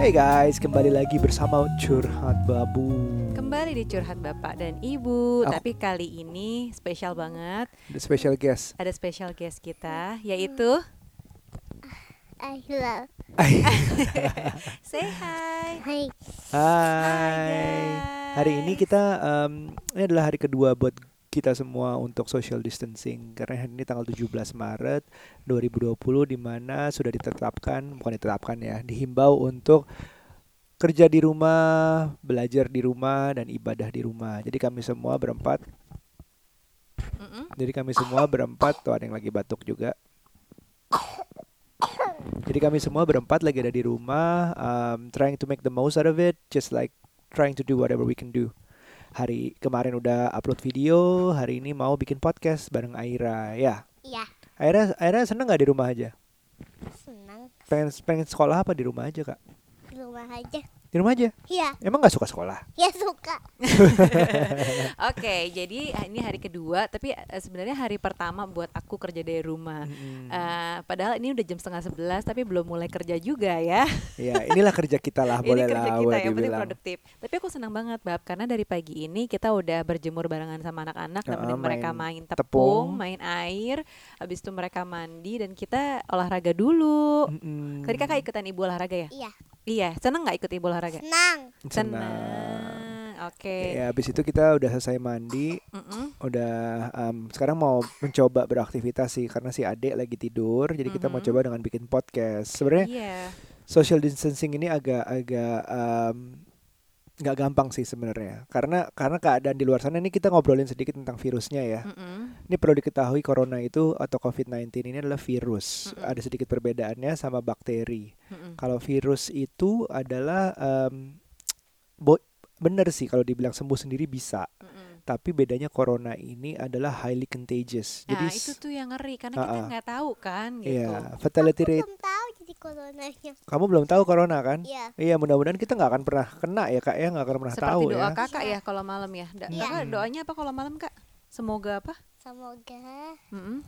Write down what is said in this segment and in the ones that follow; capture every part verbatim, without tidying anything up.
Hai guys, kembali lagi bersama Curhat Babu. Kembali di Curhat Bapak dan Ibu. Aku- Tapi kali ini spesial banget. The special guest. Ada special guest kita, yaitu Ayla. Say hi. Hai. Hai. guys. Hari ini kita um, ini adalah hari kedua buat kita semua untuk social distancing karena hari ini tanggal tujuh belas Maret dua ribu dua puluh di mana sudah ditetapkan, bukan ditetapkan ya, dihimbau untuk kerja di rumah, belajar di rumah dan ibadah di rumah. Jadi kami semua berempat Mm-mm. Jadi kami semua berempat tuh ada yang lagi batuk juga. Jadi kami semua berempat lagi ada di rumah, um, trying to make the most out of it, just like trying to do whatever we can do. Hari kemarin udah upload video, hari ini mau bikin podcast bareng Aira. Ya, Iya, Aira, Aira seneng nggak di rumah aja? senang Pengen pengen sekolah apa di rumah aja kak? di rumah aja. Di rumah aja. Iya, Emang nggak suka sekolah? ya suka. Oke, jadi ini hari kedua, tapi eh, sebenarnya hari pertama buat aku kerja dari rumah. Mm-mm. Eh, padahal ini udah jam setengah sebelas, tapi belum mulai kerja juga ya. Ya, inilah kerja kita lah, boleh Ini kerja lah, kita boleh yang penting dibilang. produktif. Tapi aku senang banget Bab, karena dari pagi ini kita udah berjemur barengan sama anak-anak, Uh-uh, nemenin mereka main main tepung. tepung, main air, habis itu mereka mandi dan kita olahraga dulu. Mm-mm. Tadi kakak ikutan ibu olahraga ya? Iya, Iya, seneng nggak ikut ibu olahraga? senang. Senang. Oke. Ya, habis itu kita udah selesai mandi, Mm-mm. udah um, sekarang mau mencoba beraktivitas sih karena si adek lagi tidur, jadi kita mau Mhm. coba dengan bikin podcast. Sebenarnya Iya. social distancing ini agak-agak um, nggak gampang sih sebenarnya, karena karena keadaan di luar sana ini kita ngobrolin sedikit tentang virusnya ya. Mm-mm. Ini perlu diketahui corona itu atau covid sembilan belas ini adalah virus. Mm-mm. Ada sedikit perbedaannya sama bakteri. Mm-mm. Kalau virus itu adalah um, bo- bener sih kalau dibilang sembuh sendiri bisa. Mm-mm. Tapi bedanya corona ini adalah highly contagious. Jadi Nah itu s- tuh yang ngeri karena kita Uh-uh. nggak tahu kan gitu. iya, fatality Aku rate. belum tahu jadi coronanya. Kamu belum tahu corona kan? Iya, Iya, mudah-mudahan kita nggak akan pernah kena ya kak ya, nggak akan pernah Seperti tahu doa ya. kakak Iya. ya kalau malam ya. Da- Iya. Kakak doanya apa kalau malam kak? Semoga apa? semoga Mm-mm.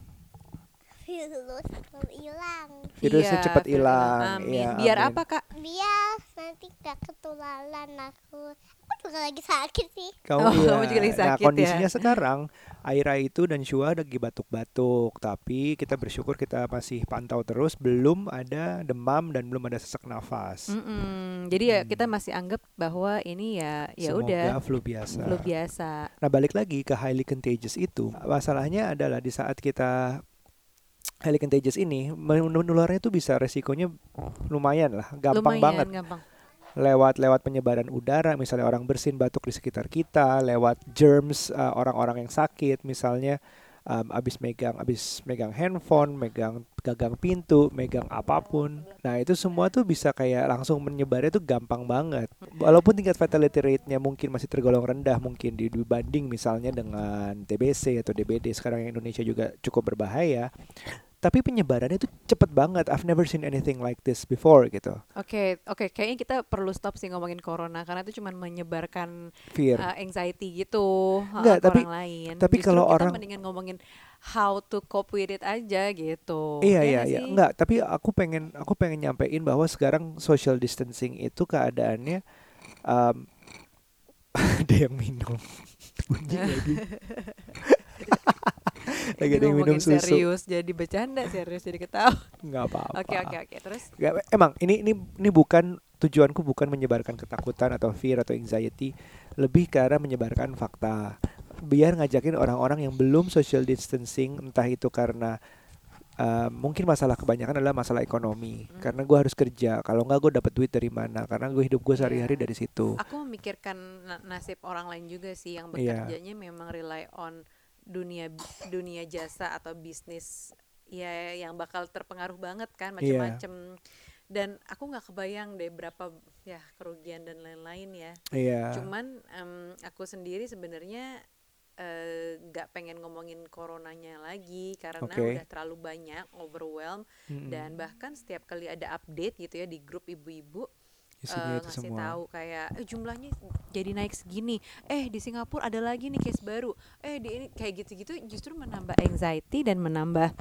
virus belum hilang. Virusnya Iya, cepat virus hilang. Amin. Iya, Biar amin. apa kak? Biar nanti gak ketularan aku. Aku juga lagi sakit sih. Kamu, Oh, iya. kamu juga lagi Nah, sakit ya. kondisinya sekarang Aira itu dan Shua lagi batuk-batuk, tapi kita bersyukur kita masih pantau terus, belum ada demam dan belum ada sesak nafas. Mm-mm. Jadi ya kita masih anggap bahwa ini ya ya Semoga udah flu biasa. flu biasa. Nah, balik lagi ke highly contagious itu. Masalahnya adalah di saat kita highly contagious ini, menularnya itu bisa resikonya lumayan lah, gampang Lumayan banget. gampang. Lewat lewat penyebaran udara, misalnya orang bersin batuk di sekitar kita, lewat germs uh, orang-orang yang sakit, misalnya um, abis megang abis megang handphone, megang gagang pintu, megang apapun. Nah itu semua tuh bisa kayak langsung menyebarnya tuh gampang banget. Walaupun tingkat fatality rate-nya mungkin masih tergolong rendah, mungkin di- dibanding misalnya dengan T B C atau D B D sekarang yang Indonesia juga cukup berbahaya. Tapi penyebarannya tuh cepet banget. I've never seen anything like this before gitu. Oke, oke, kayaknya kita perlu stop sih ngomongin corona karena itu cuma menyebarkan Fear. uh, anxiety gitu uh, Enggak, ke tapi- orang lain. tapi Justru kalau kita orang- mendingan ngomongin how to cope with it aja gitu. Iya Ya iya nggak iya. sih? Enggak, tapi aku pengen aku pengen nyampein bahwa sekarang social distancing itu keadaannya um, ada yang minum. Bunyi lagi. Lagi Ini ada yang minum ngomongin susu. serius jadi bercanda, serius jadi ketawa. Enggak apa-apa. Oke oke oke. Terus Nggak, emang ini ini ini bukan tujuanku, bukan menyebarkan ketakutan atau fear atau anxiety, lebih ke arah menyebarkan fakta. Biar ngajakin orang-orang yang belum social distancing, entah itu karena uh, mungkin masalah kebanyakan adalah masalah ekonomi. Hmm. Karena gue harus kerja, kalau nggak gue dapat duit dari mana? Karena gue hidup gue sehari-hari Iya. dari situ. aku memikirkan na- nasib orang lain juga sih yang Iya. bekerjanya memang rely on dunia dunia jasa atau bisnis ya yang bakal terpengaruh banget kan Iya. macam-macam. Dan aku nggak kebayang deh berapa ya kerugian dan lain-lain ya. Iya. Cuman em, aku sendiri sebenarnya eh, nggak pengen ngomongin coronanya lagi karena Oke. udah terlalu banyak overwhelm. Mm-mm. Dan bahkan setiap kali ada update gitu ya di grup ibu-ibu Isinya eh, itu ngasih semua. tahu kayak eh, jumlahnya jadi naik segini, eh di Singapura ada lagi nih case baru, eh di ini kayak gitu-gitu justru menambah anxiety dan menambah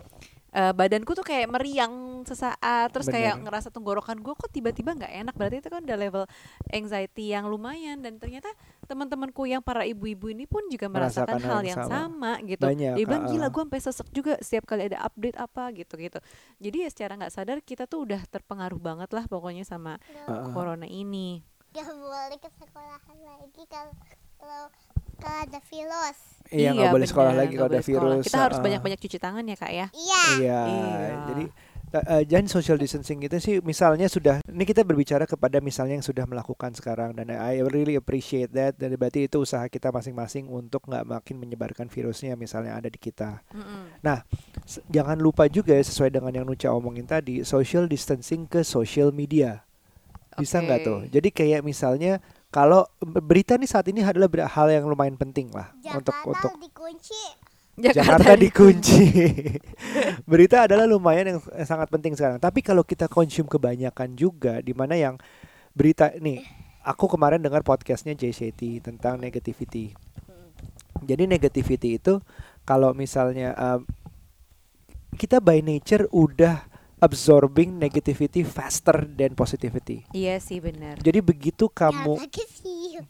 eh, badanku tuh kayak meriang sesaat, terus kayak Bener. ngerasa tenggorokan gue kok tiba-tiba nggak enak. Berarti itu kan udah level anxiety yang lumayan, dan ternyata teman-temanku yang para ibu-ibu ini pun juga merasakan Merasakan hal yang sama, gitu. Banyak, Dia bilang ah, gila ah. gue sampai sesek juga setiap kali ada update apa gitu-gitu. Jadi ya secara nggak sadar kita tuh udah terpengaruh banget lah pokoknya sama Ah, ah. corona ini. Gak boleh ke sekolahan lagi kalau kalau kalau ada virus. Iya nggak boleh bener, sekolah lagi nggak kalau ada boleh sekolah. virus. Kita harus ah, ah. banyak-banyak cuci tangan ya kak ya. Iya. Iya, Iya. jadi ta- eh, jangan social distancing itu sih misalnya sudah ini kita berbicara kepada misalnya yang sudah melakukan sekarang dan I really appreciate that, dan berarti itu usaha kita masing-masing untuk nggak makin menyebarkan virusnya misalnya ada di kita. Mm-mm. S- Jangan lupa juga ya, sesuai dengan yang Nucha omongin tadi, social distancing ke social media. Bisa nggak Oke. tuh? Jadi kayak misalnya kalau berita nih saat ini adalah ber- hal yang lumayan penting lah untuk Jakarta untuk dikunci. Jakarta dikunci. Berita adalah lumayan yang yang sangat penting sekarang. Tapi kalau kita konsum kebanyakan juga, di mana yang berita nih, aku kemarin dengar podcastnya Jay Shetty tentang negativity. Jadi negativity itu kalau misalnya um, kita by nature udah absorbing negativity faster than positivity. Iya sih benar. Jadi begitu kamu Jakarta sih.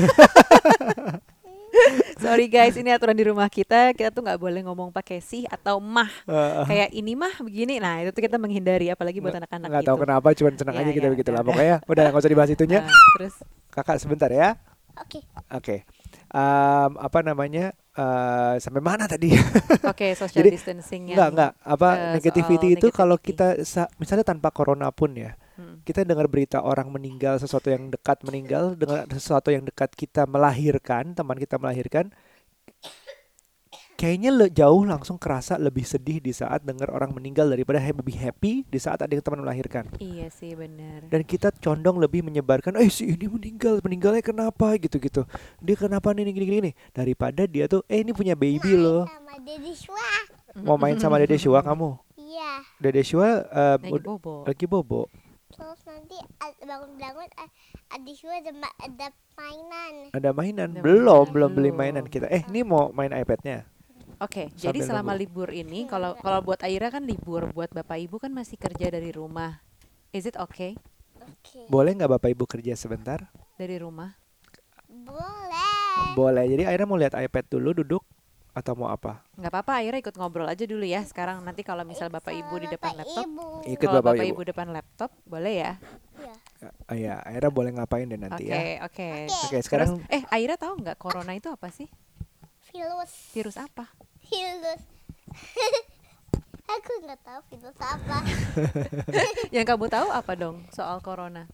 Sorry guys, ini aturan di rumah kita. Kita tuh nggak boleh ngomong pakai sih atau mah. uh, Kayak ini mah begini. Nah itu tuh kita menghindari, apalagi buat anak-anak nggak gitu. tahu kenapa, cuman senang Ya, aja kita ya, begitu ya lah. udah. Pokoknya udah nggak usah dibahas itunya. Nah, terus Kakak sebentar ya. Oke. Oke. Em, apa namanya? eh, sampai mana tadi? oke social Jadi, distancing yang Enggak, enggak. Apa eh, negativity soal itu kalau negativity. kita sa- misalnya tanpa corona pun ya. Hmm. Kita dengar berita orang meninggal, sesuatu yang dekat meninggal, dengan sesuatu yang dekat kita melahirkan, teman kita melahirkan. Kayaknya le- jauh langsung kerasa lebih sedih di saat dengar orang meninggal daripada he- lebih happy di saat ada yang teman melahirkan. Iya sih benar. Dan kita condong lebih menyebarkan, eh si ini meninggal, meninggalnya kenapa gitu-gitu. Dia kenapa nih gini-gini, daripada dia tuh, eh ini punya baby loh. Sama Dedi Shua. Mau main sama Dede Shua kamu? Iya. Dede Shua em, Lagi ud- bobo. lagi bobo. Terus nanti a- bangun-bangun a- Adi Shua ada ma- ada mainan. Ada mainan? Ada Belum, mainan. belum beli Belum. mainan kita. Eh, ini mau main iPad-nya. Oke, jadi Sambil selama nunggu. libur ini, kalau kalau buat Aira kan libur, buat bapak ibu kan masih kerja dari rumah. Is it okay Oke. Boleh nggak Bapak Ibu kerja sebentar? dari rumah? Boleh. Boleh. Jadi Aira mau lihat iPad dulu duduk atau mau apa? Nggak apa-apa, Aira ikut ngobrol aja dulu ya. Sekarang nanti kalau misal bapak ibu di depan Bapak laptop, Ibu. Ikut kalau bapak, bapak ibu. ibu depan laptop, boleh ya? Iya. Ah, ya, Aira boleh ngapain deh nanti Oke, ya. oke. Oke, Terus, sekarang eh Aira tahu nggak corona itu apa sih? Virus. Virus apa? Virus. Aku nggak tahu virus apa. Yang kamu tahu apa dong soal corona?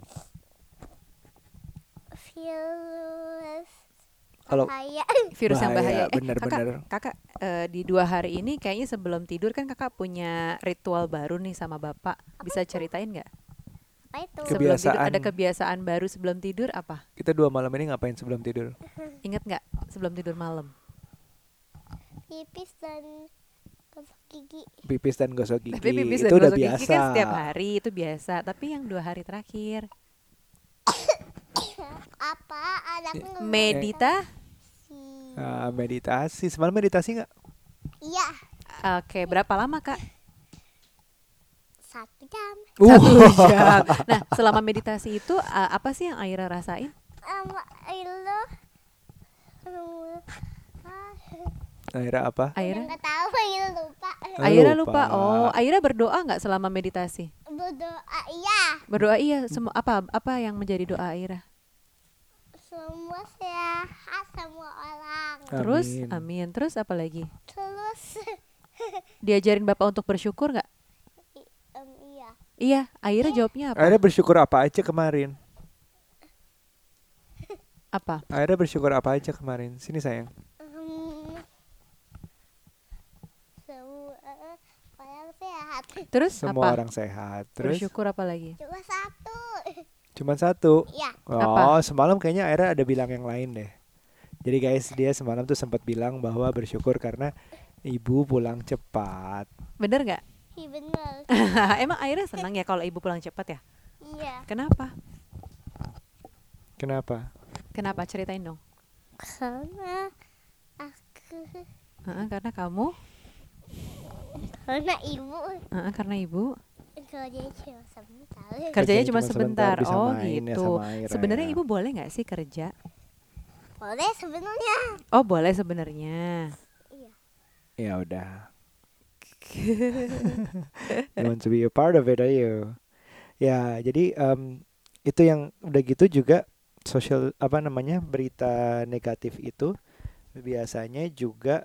Virus. Kalau Bahaya. Virus yang Bahaya, bahaya. Eh, bener, kakak, bener. kakak eh, di dua hari ini kayaknya sebelum tidur kan kakak punya ritual baru nih sama bapak. Bisa ceritain nggak? Apa itu? Sebelum tidur Kebiasaan. ada kebiasaan baru sebelum tidur apa? kita dua malam ini ngapain sebelum tidur? Ingat nggak sebelum tidur malam? Pipis dan gosok gigi. Pipis dan gosok gigi. Tapi pipis itu dan udah gosok biasa. gigi kan setiap hari itu biasa. Tapi yang dua hari terakhir Apa? Anakku nggak medita. Si. Ah, meditasi. Semalam meditasi nggak? Iya. Oke, berapa lama kak? Satu jam. Satu Uh. jam. Nah, selama meditasi itu uh, apa sih yang Aira rasain? Um, Ilo. Aira apa? Aira? Nggak tahu, Ilo lupa. Ah, Aira lupa. lupa. Oh, Aira berdoa nggak selama meditasi? Berdoa iya. Berdoa iya. Semua apa apa yang menjadi doa Aira? Semua sehat semua orang. Terus, Amin. amin. Terus apa lagi? Terus Diajarin bapak untuk bersyukur nggak? um, iya. Iya. Aira jawabnya apa? Aira bersyukur apa aja kemarin? Apa? Aira bersyukur apa aja kemarin? Sini sayang. Um, semua orang sehat. Terus Semua apa? orang sehat. Terus Bersyukur apa lagi? Cuma satu. cuma satu. Iya. Oh, semalam kayaknya Aira ada bilang yang lain deh. Jadi guys, dia semalam tuh sempat bilang bahwa bersyukur karena ibu pulang cepat. Bener nggak? Iya benar. Emang Aira senang ya kalau ibu pulang cepat ya? Iya. Kenapa? Kenapa? Kenapa? Ceritain dong. Karena aku Heeh, karena kamu Karena ibu Heeh, karena ibu kerjanya cuma sebentar. kerjanya cuma cuma sebentar. sebentar, bisa Oh main ya gitu. sama Aira Sebenarnya ya. ibu boleh nggak sih kerja? Boleh sebenarnya. Oh boleh sebenarnya. Iya. Ya udah. You want to be a part of it, ayo. Ya, jadi em, itu yang udah gitu juga social apa namanya berita negatif itu biasanya juga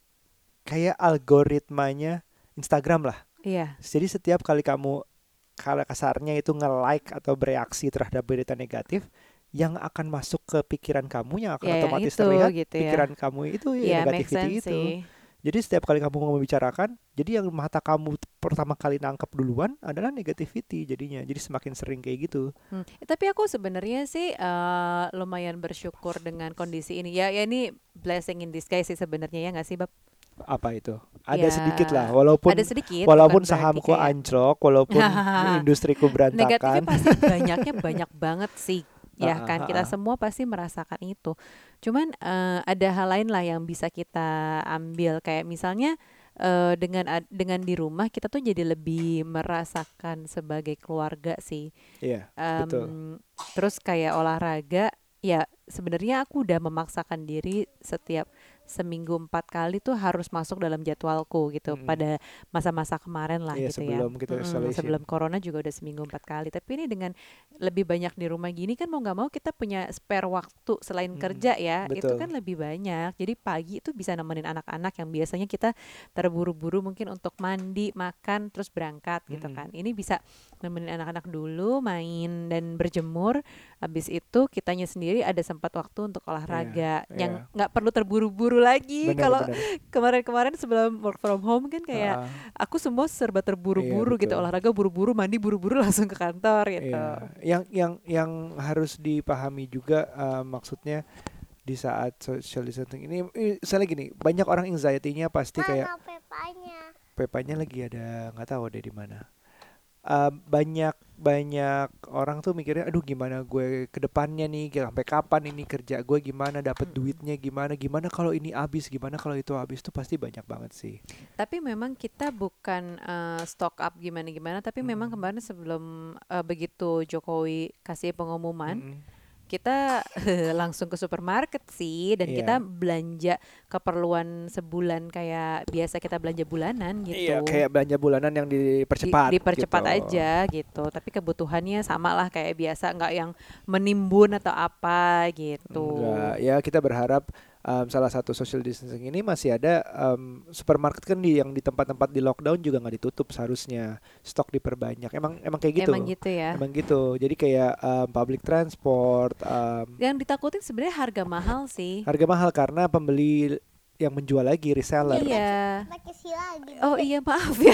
kayak algoritmanya Instagram lah. Iya. Jadi setiap kali kamu kalau kasarnya itu nge-like atau bereaksi terhadap berita negatif, yang akan masuk ke pikiran kamu yang akan Ya, yang otomatis itu terlihat gitu ya. pikiran kamu itu ya Iya, make negativity sense itu. sih. Jadi setiap kali kamu mau membicarakan, jadi yang mata kamu pertama kali nangkep duluan adalah negativity jadinya. Jadi semakin sering kayak gitu. Hmm. Eh, tapi aku sebenarnya sih eh, lumayan bersyukur dengan kondisi ini. Ya, ya ini blessing in disguise sih sebenarnya ya nggak sih, Bab? Apa itu? Ada Ya, sedikit lah, walaupun ada sedikit. walaupun bukan berarti sahamku kayak anjlok, walaupun industriku negatifnya berantakan. pasti banyaknya banyak banget sih. Ya Ah, ah, kan ah, kita ah. semua pasti merasakan itu. Cuman eh, ada hal lain lah yang bisa kita ambil kayak misalnya eh, dengan ad- dengan di rumah kita tuh jadi lebih merasakan sebagai keluarga sih. Iya, Em, betul. Terus kayak olahraga, ya sebenarnya aku udah memaksakan diri setiap seminggu empat kali tuh harus masuk dalam jadwalku gitu Mm-mm. pada masa-masa kemarin lah Iya, gitu ya. sebelum kita Mm-mm, isolation. sebelum corona juga udah seminggu empat kali. Tapi ini dengan lebih banyak di rumah gini kan mau nggak mau kita punya spare waktu selain Mm-mm. kerja ya. Itu Betul. kan lebih banyak. Jadi pagi itu bisa nemenin anak-anak yang biasanya kita terburu-buru mungkin untuk mandi, makan, terus berangkat gitu Mm-mm. kan. Ini bisa nemenin anak-anak dulu main dan berjemur. Habis itu kitanya sendiri ada sempat waktu untuk olahraga Iya, yang iya. nggak perlu terburu-buru lagi. Benar, Kalau benar. kemarin-kemarin sebelum work from home kan kayak Ah, aku semua serba terburu-buru Iya, gitu, betul. olahraga buru-buru, mandi buru-buru langsung ke kantor gitu. Iya, yang yang yang harus dipahami juga eh, maksudnya di saat social distancing ini, eh, misalnya gini, banyak orang anxiety-nya pasti kayak Mana pepanya? Pepanya lagi ada nggak tahu deh di mana. Eh, banyak banyak orang tuh mikirnya, aduh gimana gue ke depannya nih, kayak sampai kapan ini kerja gue, gimana dapat Mm-mm. duitnya, gimana gimana kalau ini habis, gimana kalau itu habis, tuh pasti banyak banget sih. Tapi memang kita bukan eh, stock up gimana-gimana, tapi memang Mm-mm. kemarin sebelum eh, begitu Jokowi kasih pengumuman, Mm-mm. kita langsung ke supermarket sih dan kita Iya. belanja keperluan sebulan kayak biasa kita belanja bulanan Iya, gitu. kayak belanja bulanan yang Di- dipercepat dipercepat gitu. aja gitu, tapi kebutuhannya sama lah kayak biasa, nggak yang menimbun atau apa gitu. Enggak, ya kita berharap um, salah satu social distancing ini masih ada, um, supermarket kan di yang di tempat-tempat di lockdown juga nggak ditutup, seharusnya stok diperbanyak. Emang emang kayak gitu. Emang gitu ya. Emang gitu. Jadi kayak um, public transport, um, Yang ditakutin sebenarnya harga mahal sih. harga mahal karena pembeli yang menjual lagi reseller. Iya. Pakai si lagi. Oh iya maaf ya.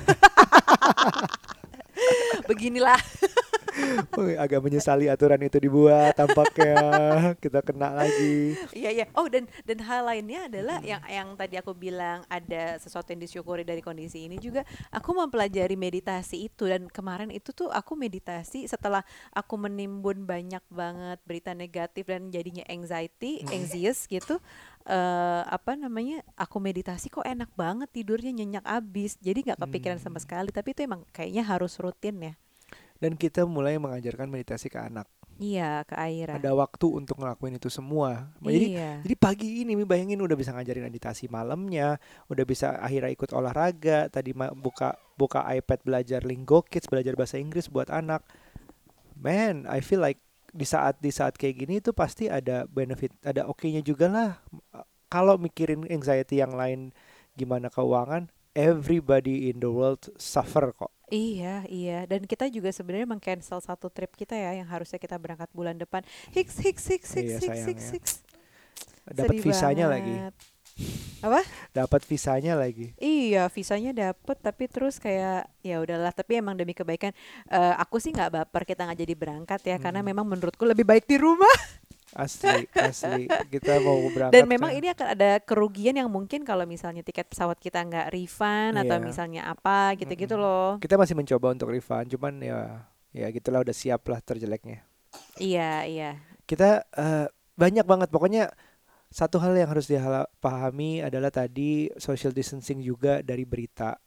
Beginilah. Wih, agak menyesali aturan itu dibuat, tampaknya kita kena lagi. Iya iya. Oh dan dan hal lainnya adalah yang yang tadi aku bilang ada sesuatu yang disyukuri dari kondisi ini juga. Aku mempelajari meditasi itu dan kemarin itu tuh aku meditasi setelah aku menimbun banyak banget berita negatif dan jadinya anxiety, anxious gitu. eh apa namanya? Aku meditasi kok enak banget tidurnya nyenyak abis. Jadi nggak kepikiran sama Hmm. sekali. Tapi itu emang kayaknya harus rutin ya. Dan kita mulai mengajarkan meditasi ke anak. Iya ke Aira. Ada waktu untuk ngelakuin itu semua. Jadi Iya. Jadi pagi ini Mi, bayangin udah bisa ngajarin meditasi malamnya, udah bisa akhirnya ikut olahraga, tadi ma- buka buka iPad belajar Lingo Kids, belajar bahasa Inggris buat anak. Man, I feel like di saat di saat kayak gini itu pasti ada benefit, ada oke-nya juga lah. Kalau mikirin anxiety yang lain gimana keuangan, everybody in the world suffer kok. Iya, iya. Dan kita juga sebenarnya meng-cancel satu trip kita ya yang harusnya kita berangkat bulan depan. Hiks, hiks, hiks, hiks, Iya, hiks, sayang hiks, ya. hiks. Dapat Sedih visanya banget. lagi. Apa? Dapat visanya lagi. Iya, visanya dapet tapi terus kayak ya udahlah. Tapi emang demi kebaikan. Eh, aku sih nggak baper kita nggak jadi berangkat ya karena Hmm. memang menurutku lebih baik di rumah. Asli, asli. Kita mau berangkat. Dan memang kan. ini akan ada kerugian yang mungkin kalau misalnya tiket pesawat kita nggak refund atau Iya. misalnya apa gitu-gitu Mm-mm. loh. Kita masih mencoba untuk refund, cuman ya ya gitulah, udah siap lah terjeleknya. Iya, iya. Kita eh, banyak banget, pokoknya satu hal yang harus dipahami adalah tadi social distancing juga dari berita.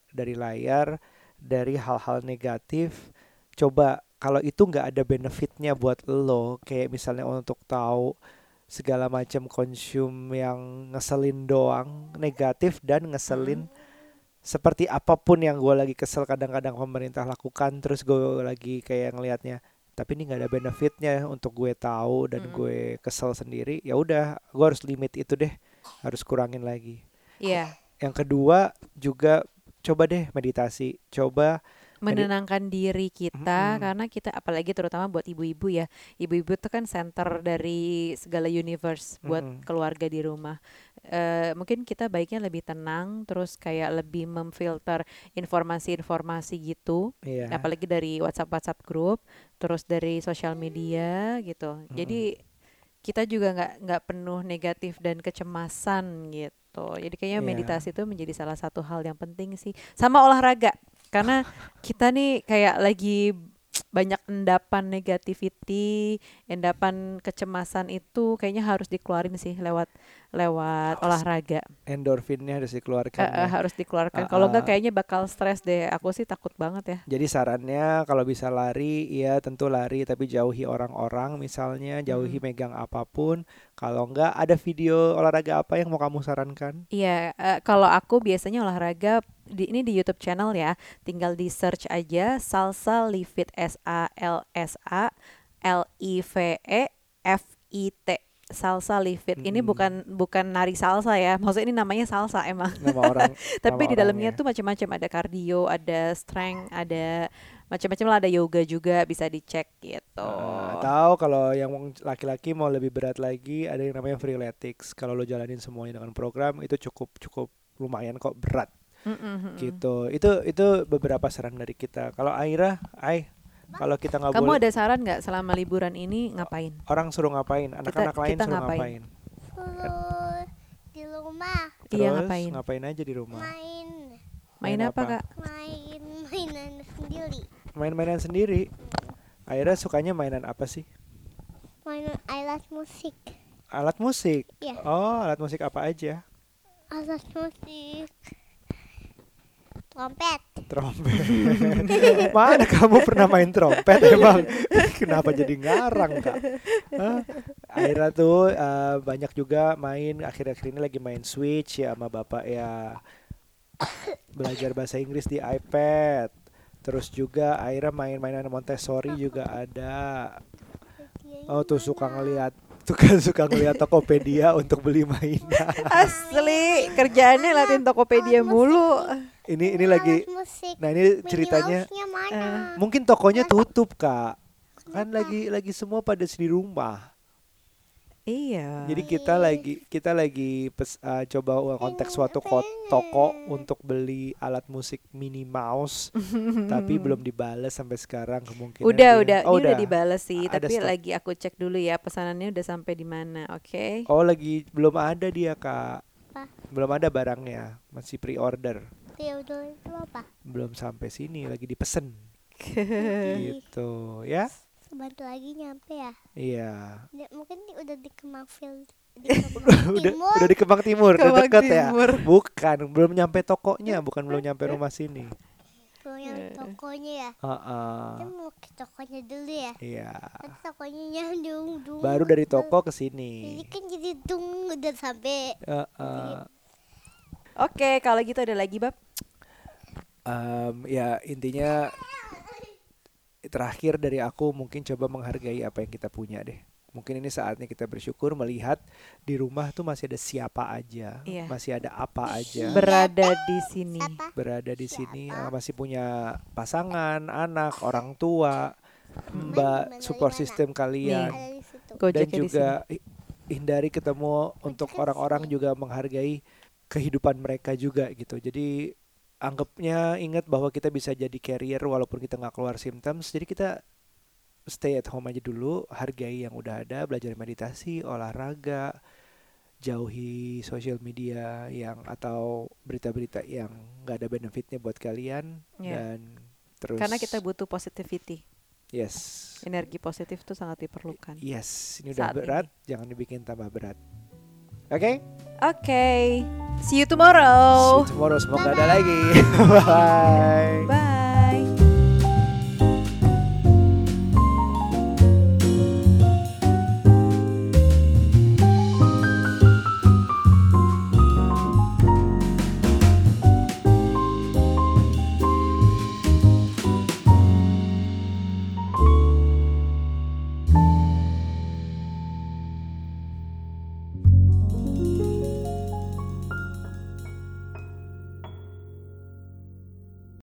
dari layar, dari hal-hal negatif. Coba kalau itu nggak ada benefitnya buat lo, kayak misalnya untuk tahu segala macam konsum yang ngeselin doang, negatif dan ngeselin, Mm-mm. seperti apapun yang gue lagi kesel kadang-kadang pemerintah lakukan, terus gue lagi kayak ngelihatnya, tapi ini nggak ada benefitnya untuk gue tahu dan Mm-mm. gue kesel sendiri, ya udah gue harus limit itu deh, harus kurangin lagi. Iya, Yang kedua juga coba deh meditasi, coba medit menenangkan diri kita Mm-mm. karena kita apalagi terutama buat ibu-ibu ya. Ibu-ibu itu kan center dari segala universe buat Mm-mm. keluarga di rumah. Eh, mungkin kita baiknya lebih tenang, terus kayak lebih memfilter informasi-informasi gitu, Iya. apalagi dari WhatsApp-WhatsApp grup, terus dari sosial media gitu. Mm-mm. Jadi kita juga nggak nggak penuh negatif dan kecemasan gitu. Jadi kayaknya Iya. meditasi itu menjadi salah satu hal yang penting sih. Sama olahraga. Karena kita nih kayak lagi banyak endapan negativity, endapan kecemasan itu kayaknya harus dikeluarin sih lewat lewat Harus olahraga. endorfinnya harus Eh, dikeluarkan eh, ya. harus Ah, dikeluarkan. Kalau ah. enggak kayaknya bakal stres deh. Aku sih takut banget ya. Jadi sarannya kalau bisa lari, ya tentu lari tapi jauhi orang-orang misalnya, jauhi Mm-mm. megang apapun. Kalau enggak ada video olahraga apa yang mau kamu sarankan? Iya, eh, kalau aku biasanya olahraga di ini di YouTube channel ya, tinggal di search aja Salsa Livit, S A L S A L I V E F I T. Salsa Livit. Ini Mm-mm. bukan bukan nari salsa ya. Maksudnya ini namanya salsa emang. Nama orang, nama Tapi di dalamnya orangnya. tuh macam-macam, ada cardio, ada strength, ada macam-macam lah, ada yoga juga bisa dicek gitu. Ah, tahu kalau yang mau- laki-laki mau lebih berat lagi, ada yang namanya freeletics. Kalau lo jalanin semuanya dengan program itu cukup cukup lumayan kok berat Mm-mm, mm-mm. gitu. Itu itu beberapa saran dari kita. Kalau Aira, Ai, kalau kita nggak Kamu boleh, ada saran nggak selama liburan ini ngapain? orang suruh ngapain, Kita anak-anak lain kita suruh ngapain? ngapain? Suruh di rumah Iya, Terus ngapain? ngapain aja di rumah? main Main Main apa, apa? Kak? main mainan sendiri. Main-mainan sendiri. Aira sukanya mainan apa sih? Mainan alat musik. Alat musik. Iya, Oh, alat musik apa aja? alat musik. Trompet. Trompet. Mana kamu pernah main trompet emang? Kenapa jadi ngarang, Kak? Hah? Aira tuh eh, banyak juga main, akhir-akhir ini lagi main Switch ya sama bapak ya. Belajar bahasa Inggris di iPad. Terus juga Aira main-mainan Montessori juga ada. Dia Oh tuh suka gimana? ngeliat, tuh kan suka ngeliat Tokopedia untuk beli mainan. Asli, kerjaannya latihan Tokopedia Alat musik mulu. Ini ini Alat lagi, musik. nah ini Minnie ceritanya Mouse-nya mana? Eh, mungkin tokonya tutup, Kak. Kan Kenapa? lagi lagi semua pada di rumah. Iya. Jadi kita lagi kita lagi pes, uh, coba kontak suatu ko- toko untuk beli alat musik Minnie Mouse, tapi belum dibales sampai sekarang, kemungkinan Udah, dia. udah, Oh ini udah udah, dibales sih, ada tapi stok. lagi aku cek dulu ya pesanannya udah sampai di mana, oke? Oh lagi belum ada dia, Kak. Apa? Belum ada barangnya, masih pre-order. Dia udah itu apa? Belum sampai sini, lagi dipesen. Di Gitu, ya. sebentar lagi nyampe ya. Iya. Dia, mungkin di- udah di Kemang Field, di Kemang Udah Timur. udah di Kemang Timur, udah Kemang deket ya. Timur. Bukan, belum nyampe tokonya, bukan belum nyampe rumah sini. Tuh yang tokonya ya. Heeh. Kita mau ke tokonya dulu ya. Iya. Nanti tokonya nyandung dung. Baru dari toko ke Jadi sini. kan jadi dung udah sampai. Heeh. Oke, kalau gitu ada lagi, Bab? Em, ya intinya terakhir dari aku mungkin coba menghargai apa yang kita punya deh. Mungkin ini saatnya kita bersyukur melihat di rumah tuh masih ada siapa aja, Iya. masih ada apa aja Berada di sini. Siapa? berada di sini, Siapa? eh, masih punya pasangan, anak, orang tua, mbak, Mana, support mana? system kalian, Ada di situ. dan Gojeknya di sini. juga hi- hindari ketemu untuk kan orang-orang sini. juga menghargai kehidupan mereka juga gitu. Jadi anggapnya ingat bahwa kita bisa jadi carrier walaupun kita nggak keluar symptoms. Jadi kita stay at home aja dulu, hargai yang udah ada, belajar meditasi, olahraga, jauhi social media yang atau berita-berita yang nggak ada benefitnya buat kalian, Iya. dan terus Karena kita butuh positivity. yes Energi positif itu sangat diperlukan. yes ini udah Saat berat, jangan dibikin tambah berat. Oke, Oke, see you See tomorrow. you tomorrow. Semoga ada lagi. Bye. Bye.